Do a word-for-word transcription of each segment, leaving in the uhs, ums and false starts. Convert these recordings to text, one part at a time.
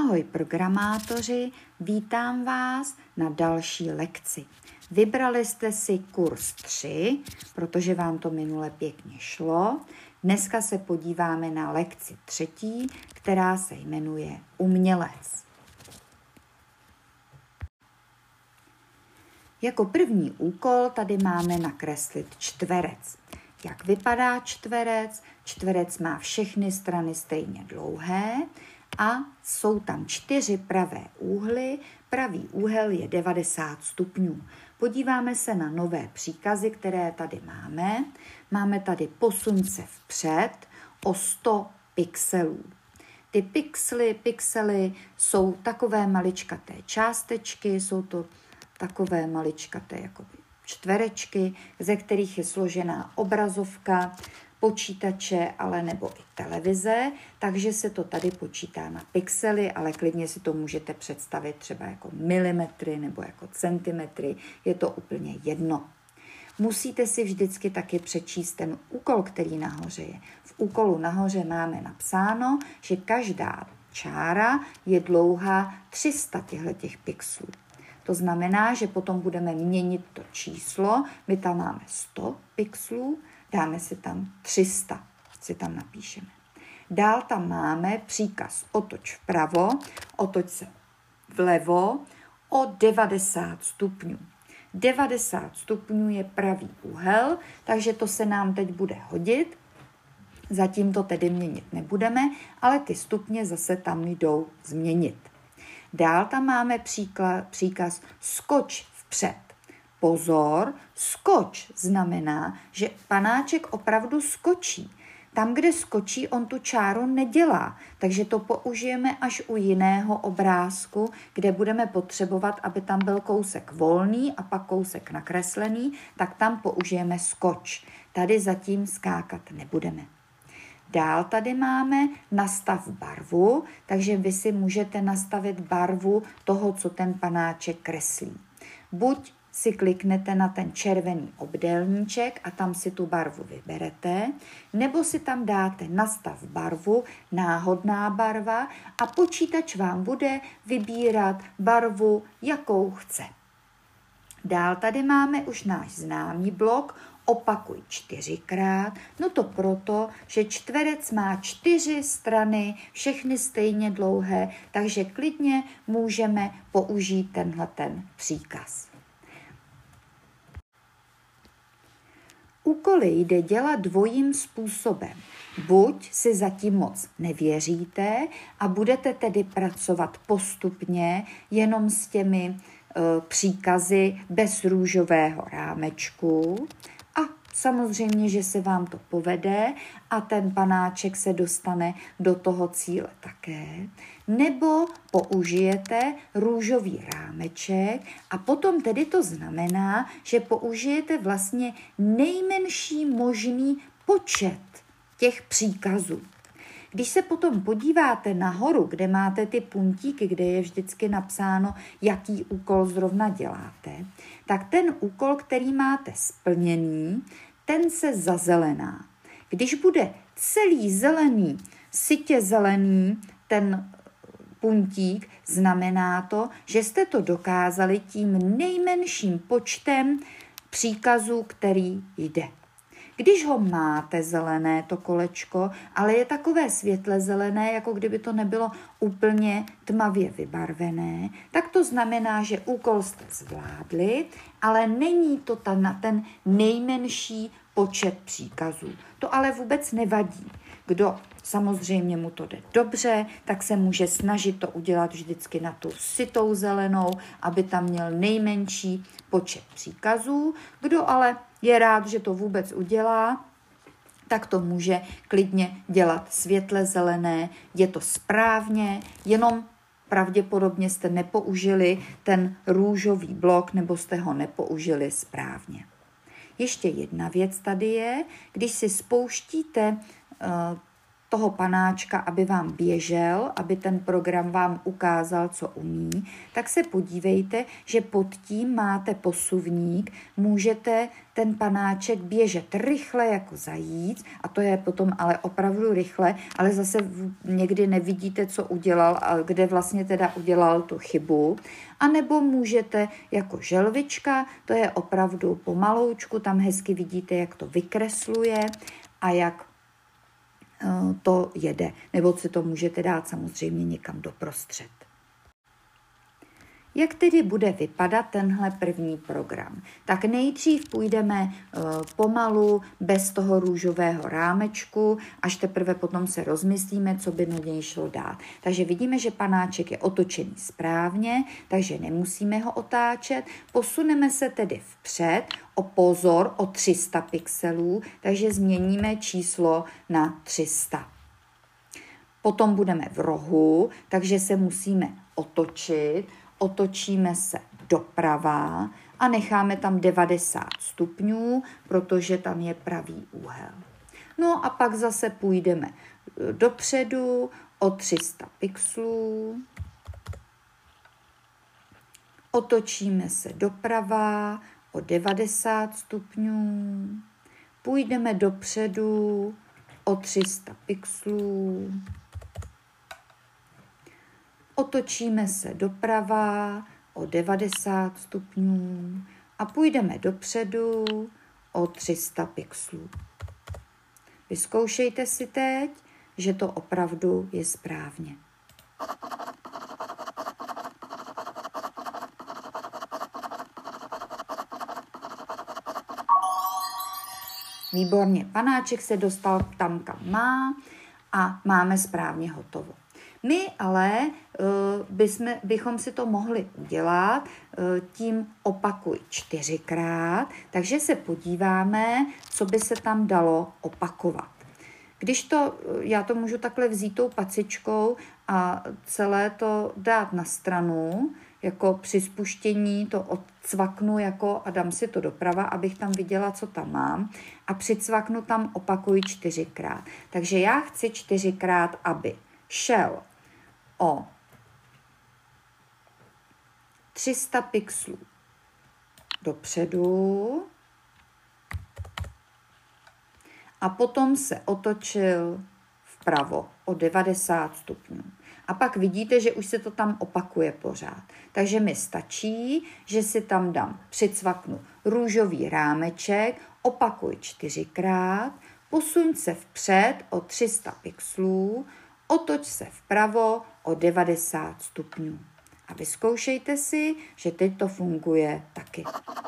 Ahoj programátoři, vítám vás na další lekci. Vybrali jste si kurz tři, protože vám to minule pěkně šlo. Dneska se podíváme na lekci třetí, která se jmenuje Umělec. Jako první úkol tady máme nakreslit čtverec. Jak vypadá čtverec? Čtverec má všechny strany stejně dlouhé a jsou tam čtyři pravé úhly. Pravý úhel je devadesát stupňů. Podíváme se na nové příkazy, které tady máme. Máme tady posun se vpřed o sto pixelů. Ty pixely, pixely jsou takové maličkaté částečky, jsou to takové maličkaté jakoby čtverečky, ze kterých je složená obrazovka počítače, ale nebo i televize, takže se to tady počítá na pixely, ale klidně si to můžete představit třeba jako milimetry nebo jako centimetry, je to úplně jedno. Musíte si vždycky taky přečíst ten úkol, který nahoře je. V úkolu nahoře máme napsáno, že každá čára je dlouhá tři sta těchto pixelů. To znamená, že potom budeme měnit to číslo, my tam máme sto pixelů, dáme si tam tři sta, si tam napíšeme. Dál tam máme příkaz otoč vpravo, otoč se vlevo o devadesát stupňů. devadesát stupňů je pravý úhel, takže to se nám teď bude hodit. Zatím to tedy měnit nebudeme, ale ty stupně zase tam jdou změnit. Dál tam máme příklad, příkaz skoč vpřed. Pozor, skoč znamená, že panáček opravdu skočí. Tam, kde skočí, on tu čáru nedělá, takže to použijeme až u jiného obrázku, kde budeme potřebovat, aby tam byl kousek volný a pak kousek nakreslený, tak tam použijeme skoč. Tady zatím skákat nebudeme. Dál tady máme nastav barvu, takže vy si můžete nastavit barvu toho, co ten panáček kreslí. Buď si kliknete na ten červený obdélníček a tam si tu barvu vyberete, nebo si tam dáte nastav barvu, náhodná barva a počítač vám bude vybírat barvu, jakou chce. Dál tady máme už náš známý blok, opakuj čtyřikrát, no to proto, že čtverec má čtyři strany, všechny stejně dlouhé, takže klidně můžeme použít tenhle ten příkaz. Úkoly jde dělat dvojím způsobem. Buď si zatím moc nevěříte a budete tedy pracovat postupně jenom s těmi e, příkazy bez růžového rámečku, a samozřejmě, že se vám to povede a ten panáček se dostane do toho cíle také. Nebo použijete růžový rámeček a potom tedy to znamená, že použijete vlastně nejmenší možný počet těch příkazů. Když se potom podíváte nahoru, kde máte ty puntíky, kde je vždycky napsáno, jaký úkol zrovna děláte, tak ten úkol, který máte splněný, ten se zazelená. Když bude celý zelený, sytě zelený, ten puntík, znamená to, že jste to dokázali tím nejmenším počtem příkazů, který jde. Když ho máte zelené, to kolečko, ale je takové světle zelené, jako kdyby to nebylo úplně tmavě vybarvené, tak to znamená, že úkol jste zvládli, ale není to ta, na ten nejmenší počet příkazů. To ale vůbec nevadí. Kdo samozřejmě mu to jde dobře, tak se může snažit to udělat vždycky na tu sytou zelenou, aby tam měl nejmenší počet příkazů. Kdo ale je rád, že to vůbec udělá, tak to může klidně dělat světle zelené. Je to správně, jenom pravděpodobně jste nepoužili ten růžový blok nebo jste ho nepoužili správně. Ještě jedna věc tady je, když si spouštíte uh, toho panáčka, aby vám běžel, aby ten program vám ukázal, co umí, tak se podívejte, že pod tím máte posuvník, můžete ten panáček běžet rychle jako zajíc, a to je potom ale opravdu rychle, ale zase někdy nevidíte, co udělal a kde vlastně teda udělal tu chybu. A nebo můžete jako želvička, to je opravdu pomaloučku, tam hezky vidíte, jak to vykresluje a jak to jede. Nebo si to můžete dát samozřejmě někam doprostřed. Jak tedy bude vypadat tenhle první program? Tak nejdřív půjdeme uh, pomalu, bez toho růžového rámečku, až teprve potom se rozmyslíme, co by na něj šlo dát. Takže vidíme, že panáček je otočený správně, takže nemusíme ho otáčet. Posuneme se tedy vpřed, o pozor, o tři sta pixelů, takže změníme číslo na tři sta. Potom budeme v rohu, takže se musíme otočit, otočíme se doprava a necháme tam devadesát stupňů, protože tam je pravý úhel. No a pak zase půjdeme dopředu o tři sta pixelů, otočíme se doprava o devadesát stupňů, půjdeme dopředu o tři sta pixelů, otočíme se doprava o devadesát stupňů a půjdeme dopředu o tři sta pixelů. Vyzkoušejte si teď, že to opravdu je správně. Výborně, panáček se dostal tam, kam má a máme správně hotovo. My ale uh, bychom, bychom si to mohli udělat uh, tím opakuj čtyřikrát, takže se podíváme, co by se tam dalo opakovat. Když to, já to můžu takhle vzít tou pacičkou a celé to dát na stranu, jako při spuštění to odcvaknu jako a dám si to doprava, abych tam viděla, co tam mám a přicvaknu tam opakuj čtyřikrát. Takže já chci čtyřikrát, aby šel o tři sta pixelů dopředu a potom se otočil vpravo o devadesát stupňů. A pak vidíte, že už se to tam opakuje pořád. Takže mi stačí, že si tam dám, přicvaknu růžový rámeček, opakuj čtyřikrát, posuň se vpřed o tři sta pixelů, otoč se vpravo o devadesát stupňů. A vyzkoušejte si, že teď to funguje taky.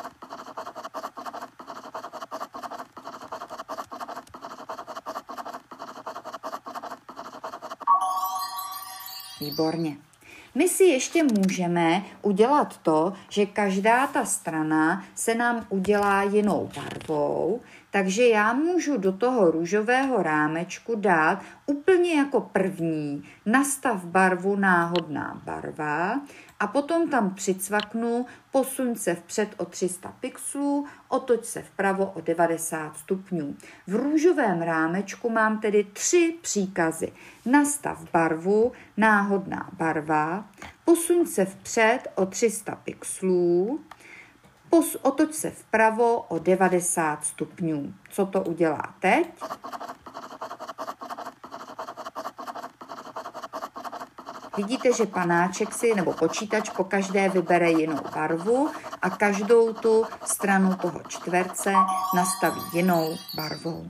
Výborně. My si ještě můžeme udělat to, že každá ta strana se nám udělá jinou barvou, takže já můžu do toho růžového rámečku dát úplně jako první nastav barvu náhodná barva a potom tam přicvaknu, posuň se vpřed o tři sta pixelů, otoč se vpravo o devadesát stupňů. V růžovém rámečku mám tedy tři příkazy. Nastav barvu, náhodná barva, posuň se vpřed o tři sta pixelů, pos, otoč se vpravo o devadesát stupňů. Co to udělá teď? Vidíte, že panáček si, nebo počítač po každé vybere jinou barvu a každou tu stranu toho čtverce nastaví jinou barvou.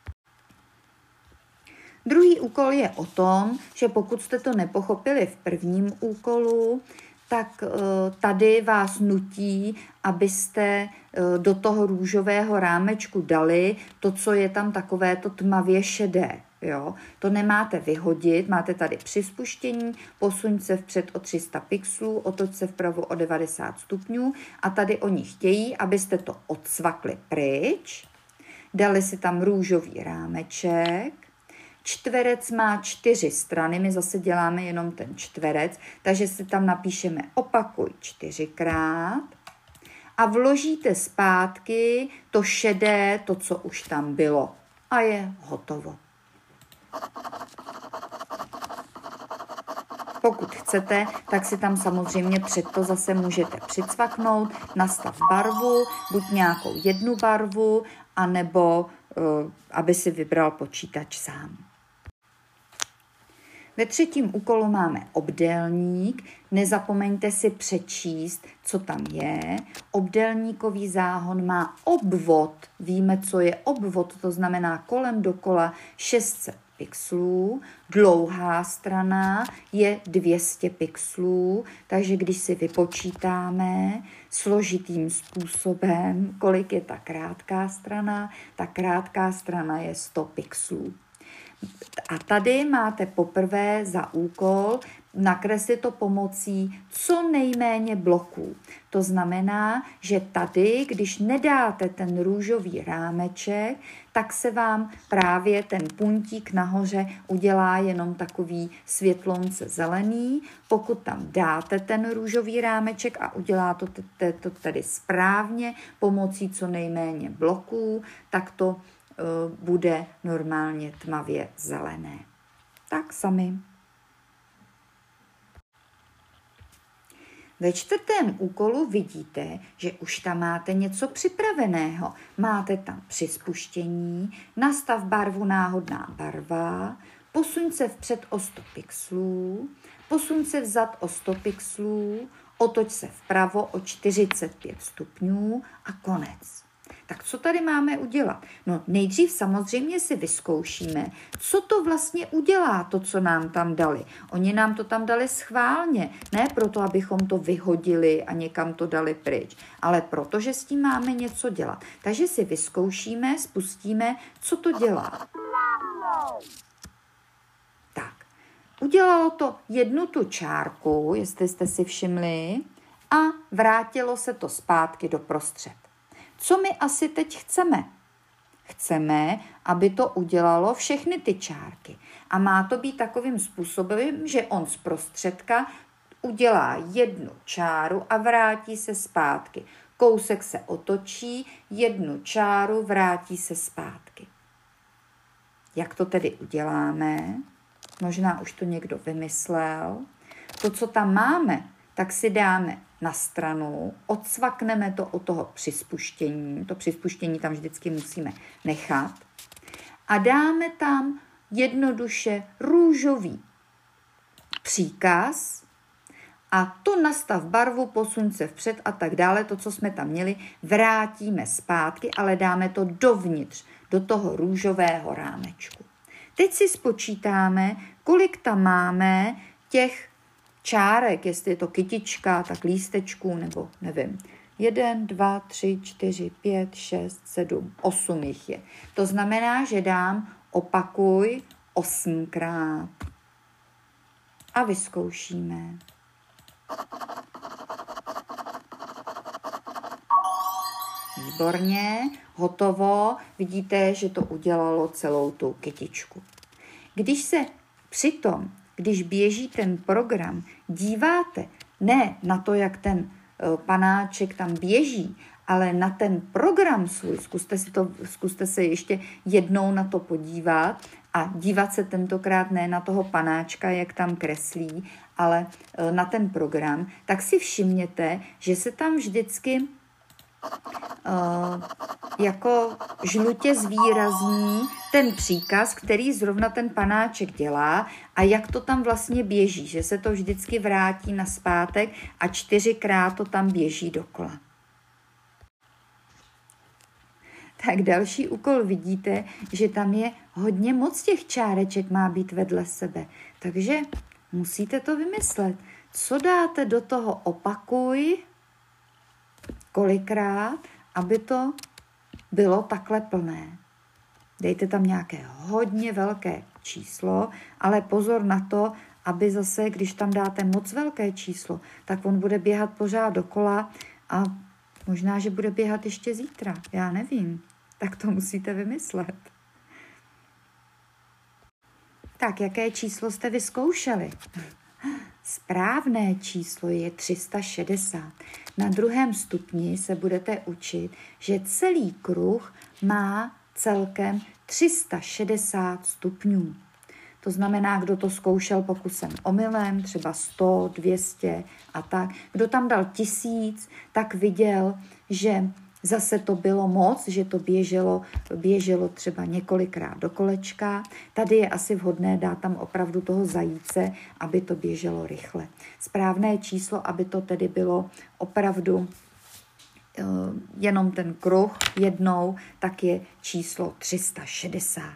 Druhý úkol je o tom, že pokud jste to nepochopili v prvním úkolu, tak tady vás nutí, abyste do toho růžového rámečku dali to, co je tam takové to tmavě šedé. Jo? To nemáte vyhodit, máte tady při spuštění, posuň se vpřed o tři sta pixelů, otoč se vpravo o devadesát stupňů a tady oni chtějí, abyste to odsvakli pryč, dali si tam růžový rámeček. Čtverec má čtyři strany, my zase děláme jenom ten čtverec, takže si tam napíšeme opakuj čtyřikrát a vložíte zpátky to šedé, to, co už tam bylo. A je hotovo. Pokud chcete, tak si tam samozřejmě před to zase můžete přicvaknout, nastav barvu, buď nějakou jednu barvu, anebo uh, aby si vybral počítač sám. Ve třetím úkolu máme obdélník. Nezapomeňte si přečíst, co tam je. Obdélníkový záhon má obvod. Víme, co je obvod, to znamená kolem dokola šest set pixelů. Dlouhá strana je dvě stě pixelů, takže když si vypočítáme složitým způsobem, kolik je ta krátká strana, ta krátká strana je sto pixelů. A tady máte poprvé za úkol nakreslit to pomocí co nejméně bloků. To znamená, že tady, když nedáte ten růžový rámeček, tak se vám právě ten puntík nahoře udělá jenom takový světlonce zelený. Pokud tam dáte ten růžový rámeček a udělá to, to tedy správně pomocí co nejméně bloků, tak to bude normálně tmavě zelené. Tak sami. Ve čtvrtém úkolu vidíte, že už tam máte něco připraveného. Máte tam přispuštění, nastav barvu náhodná barva, posuň se vpřed o sto pixelů, posuň se vzad o sto pixelů, otoč se vpravo o čtyřicet pět stupňů a konec. Tak co tady máme udělat? No nejdřív samozřejmě si vyzkoušíme, co to vlastně udělá, to, co nám tam dali. Oni nám to tam dali schválně, ne proto, abychom to vyhodili a někam to dali pryč, ale proto, že s tím máme něco dělat. Takže si vyzkoušíme, spustíme, co to dělá. Tak, udělalo to jednu tu čárku, jestli jste si všimli, a vrátilo se to zpátky do prostřed. Co my asi teď chceme? Chceme, aby to udělalo všechny ty čárky. A má to být takovým způsobem, že on z prostředka udělá jednu čáru a vrátí se zpátky. Kousek se otočí, jednu čáru, vrátí se zpátky. Jak to tedy uděláme? Možná už to někdo vymyslel. To, co tam máme, tak si dáme na stranu, odsvakneme to od toho přispuštění, to přispuštění tam vždycky musíme nechat a dáme tam jednoduše růžový příkaz a to nastav barvu, posuň se vpřed a tak dále, to, co jsme tam měli, vrátíme zpátky, ale dáme to dovnitř, do toho růžového rámečku. Teď si spočítáme, kolik tam máme těch čárek, jestli je to kytička, tak lístečků, nebo nevím. Jeden, dva, tři, čtyři, pět, šest, sedm, osm jich je. To znamená, že dám opakuj osmkrát. A vyzkoušíme. Výborně, hotovo. Vidíte, že to udělalo celou tu kytičku. Když se přitom Když běží ten program, díváte ne na to, jak ten panáček tam běží, ale na ten program svůj, zkuste, si to, zkuste se ještě jednou na to podívat a dívat se tentokrát ne na toho panáčka, jak tam kreslí, ale na ten program, tak si všimněte, že se tam vždycky Uh, jako žlutě zvýrazní ten příkaz, který zrovna ten panáček dělá a jak to tam vlastně běží, že se to vždycky vrátí na zpátek a čtyřikrát to tam běží dokola. Tak další úkol vidíte, že tam je hodně moc těch čáreček má být vedle sebe, takže musíte to vymyslet. Co dáte do toho opakuj, kolikrát, aby to bylo takhle plné. Dejte tam nějaké hodně velké číslo, ale pozor na to, aby zase, když tam dáte moc velké číslo, tak on bude běhat pořád dokola a možná, že bude běhat ještě zítra. Já nevím. Tak to musíte vymyslet. Tak, jaké číslo jste vyzkoušeli? Správné číslo je tři sta šedesát. Na druhém stupni se budete učit, že celý kruh má celkem tři sta šedesát stupňů. To znamená, kdo to zkoušel pokusem omylem, třeba sto, dvě stě a tak. Kdo tam dal tisíc, tak viděl, že zase to bylo moc, že to běželo, běželo třeba několikrát do kolečka. Tady je asi vhodné dát tam opravdu toho zajíce, aby to běželo rychle. Správné číslo, aby to tedy bylo opravdu uh, jenom ten kruh jednou, tak je číslo tři sta šedesát.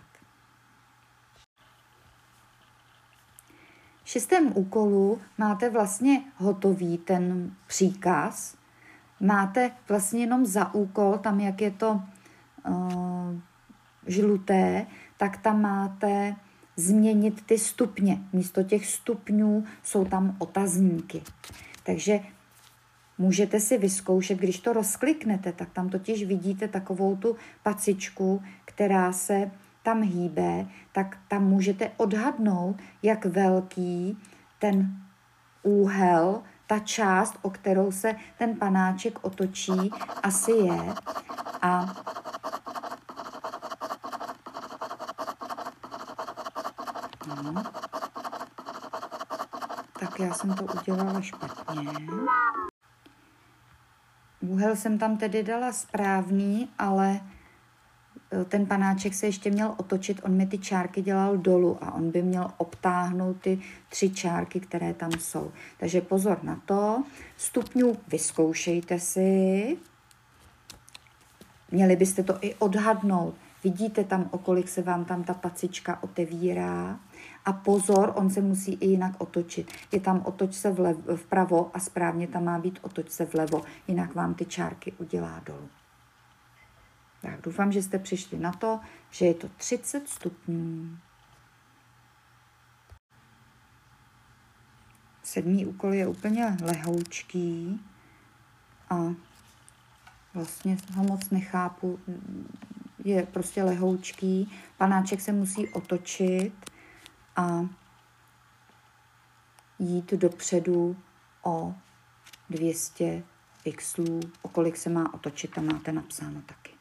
V šestém úkolu máte vlastně hotový ten příkaz. Máte vlastně jenom za úkol, tam jak je to uh, žluté, tak tam máte změnit ty stupně. Místo těch stupňů jsou tam otazníky. Takže můžete si vyzkoušet, když to rozkliknete, tak tam totiž vidíte takovou tu pacičku, která se tam hýbe, tak tam můžete odhadnout, jak velký ten úhel, ta část, o kterou se ten panáček otočí, asi je. A no. Tak já jsem to udělala špatně. Úhel jsem tam tedy dala správný, ale ten panáček se ještě měl otočit, on mi ty čárky dělal dolů a on by měl obtáhnout ty tři čárky, které tam jsou. Takže pozor na to. Stupňů vyzkoušejte si. Měli byste to i odhadnout. Vidíte tam, o kolik se vám tam ta pacička otevírá. A pozor, on se musí i jinak otočit. Je tam otoč se vlevo, vpravo a správně tam má být otoč se vlevo. Jinak vám ty čárky udělá dolů. Tak doufám, že jste přišli na to, že je to třicet stupňů. Sedmý úkol je úplně lehoučký a vlastně ho moc nechápu. Je prostě lehoučký. Panáček se musí otočit a jít dopředu o dvě stě pixelů. O kolik se má otočit, tam máte napsáno taky.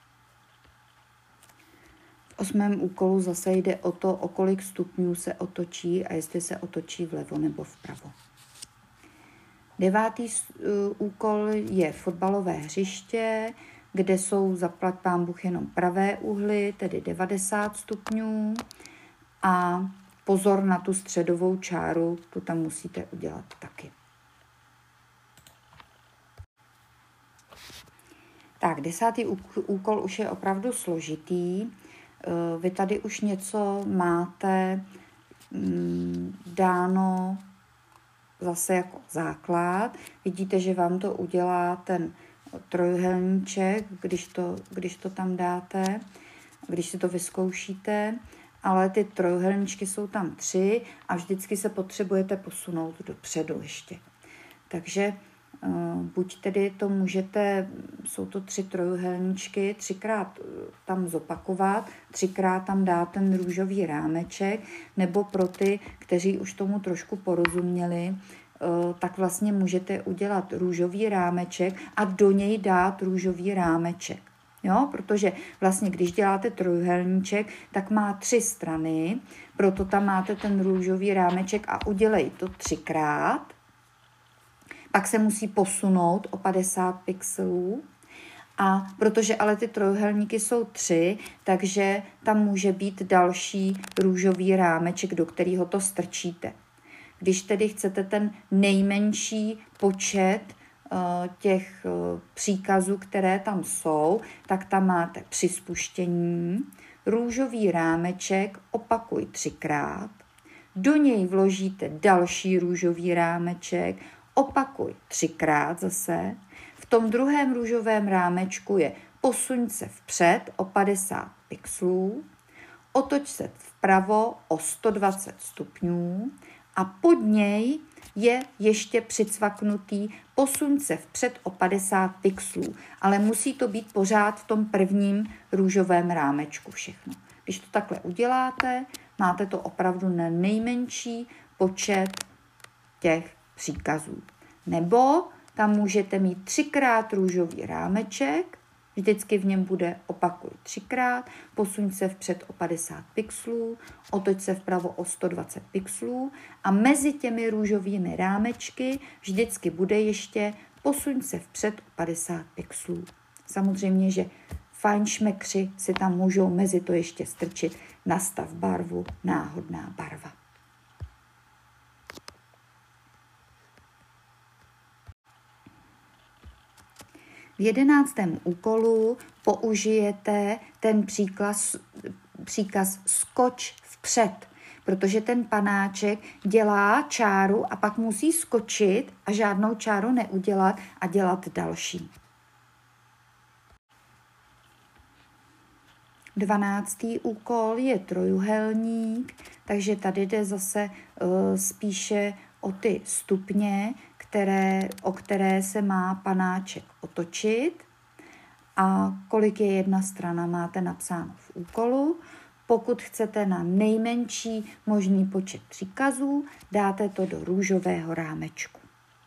V osmém úkolu zase jde o to, o kolik stupňů se otočí a jestli se otočí vlevo nebo vpravo. Devátý úkol je fotbalové hřiště, kde jsou zaplať pán Bůh jenom pravé úhly, tedy devadesát stupňů. A pozor na tu středovou čáru, tu tam musíte udělat taky. Tak, desátý úkol už je opravdu složitý. Vy tady už něco máte dáno zase jako základ. Vidíte, že vám to udělá ten trojúhelníček, když to, když to tam dáte, když si to vyzkoušíte, ale ty trojúhelníčky jsou tam tři a vždycky se potřebujete posunout dopředu ještě. Takže buď tedy to můžete, jsou to tři trojúhelníčky, třikrát tam zopakovat, třikrát tam dát ten růžový rámeček, nebo pro ty, kteří už tomu trošku porozuměli, tak vlastně můžete udělat růžový rámeček a do něj dát růžový rámeček. Jo, protože vlastně, když děláte trojúhelníček, tak má tři strany, proto tam máte ten růžový rámeček a udělej to třikrát. Pak se musí posunout o padesát pixelů. A protože ale ty trojúhelníky jsou tři, takže tam může být další růžový rámeček, do kterého to strčíte. Když tedy chcete ten nejmenší počet uh, těch uh, příkazů, které tam jsou, tak tam máte při spuštění, růžový rámeček, opakuj třikrát, do něj vložíte další růžový rámeček, opakuj třikrát zase. V tom druhém růžovém rámečku je posuň se vpřed o padesát pixelů, otoč se vpravo o sto dvacet stupňů a pod něj je ještě přicvaknutý posuň se vpřed o padesát pixelů, ale musí to být pořád v tom prvním růžovém rámečku všechno. Když to takhle uděláte, máte to opravdu na nejmenší počet těch příkazů. Nebo tam můžete mít třikrát růžový rámeček, Vždycky v něm bude opakuj třikrát, posuň se vpřed o padesát pixelů, otoč se vpravo o sto dvacet pixelů a mezi těmi růžovými rámečky vždycky bude ještě posuň se vpřed o padesát pixelů. Samozřejmě, že fajnšmekři si tam můžou mezi to ještě strčit nastav barvu, náhodná barva. V jedenáctém úkolu použijete ten příkaz, příkaz skoč vpřed, protože ten panáček dělá čáru a pak musí skočit a žádnou čáru neudělat a dělat další. Dvanáctý úkol je trojuhelník, takže tady jde zase uh, spíše o ty stupně, které, o které se má panáček otočit a kolik je jedna strana, máte napsáno v úkolu. Pokud chcete na nejmenší možný počet příkazů, dáte to do růžového rámečku.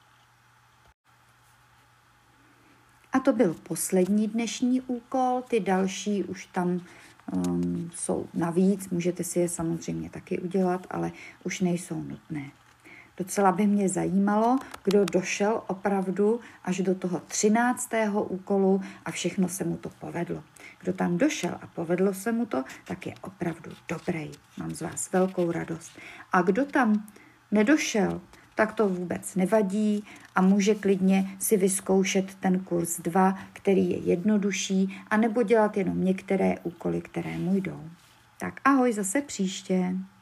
A to byl poslední dnešní úkol, ty další už tam um, jsou navíc, můžete si je samozřejmě taky udělat, ale už nejsou nutné. Docela by mě zajímalo, kdo došel opravdu až do toho třináctého úkolu a všechno se mu to povedlo. Kdo tam došel a povedlo se mu to, tak je opravdu dobrý. Mám z vás velkou radost. A kdo tam nedošel, tak to vůbec nevadí a může klidně si vyzkoušet ten kurz dva, který je jednodušší, anebo dělat jenom některé úkoly, které mu jdou. Tak ahoj zase příště.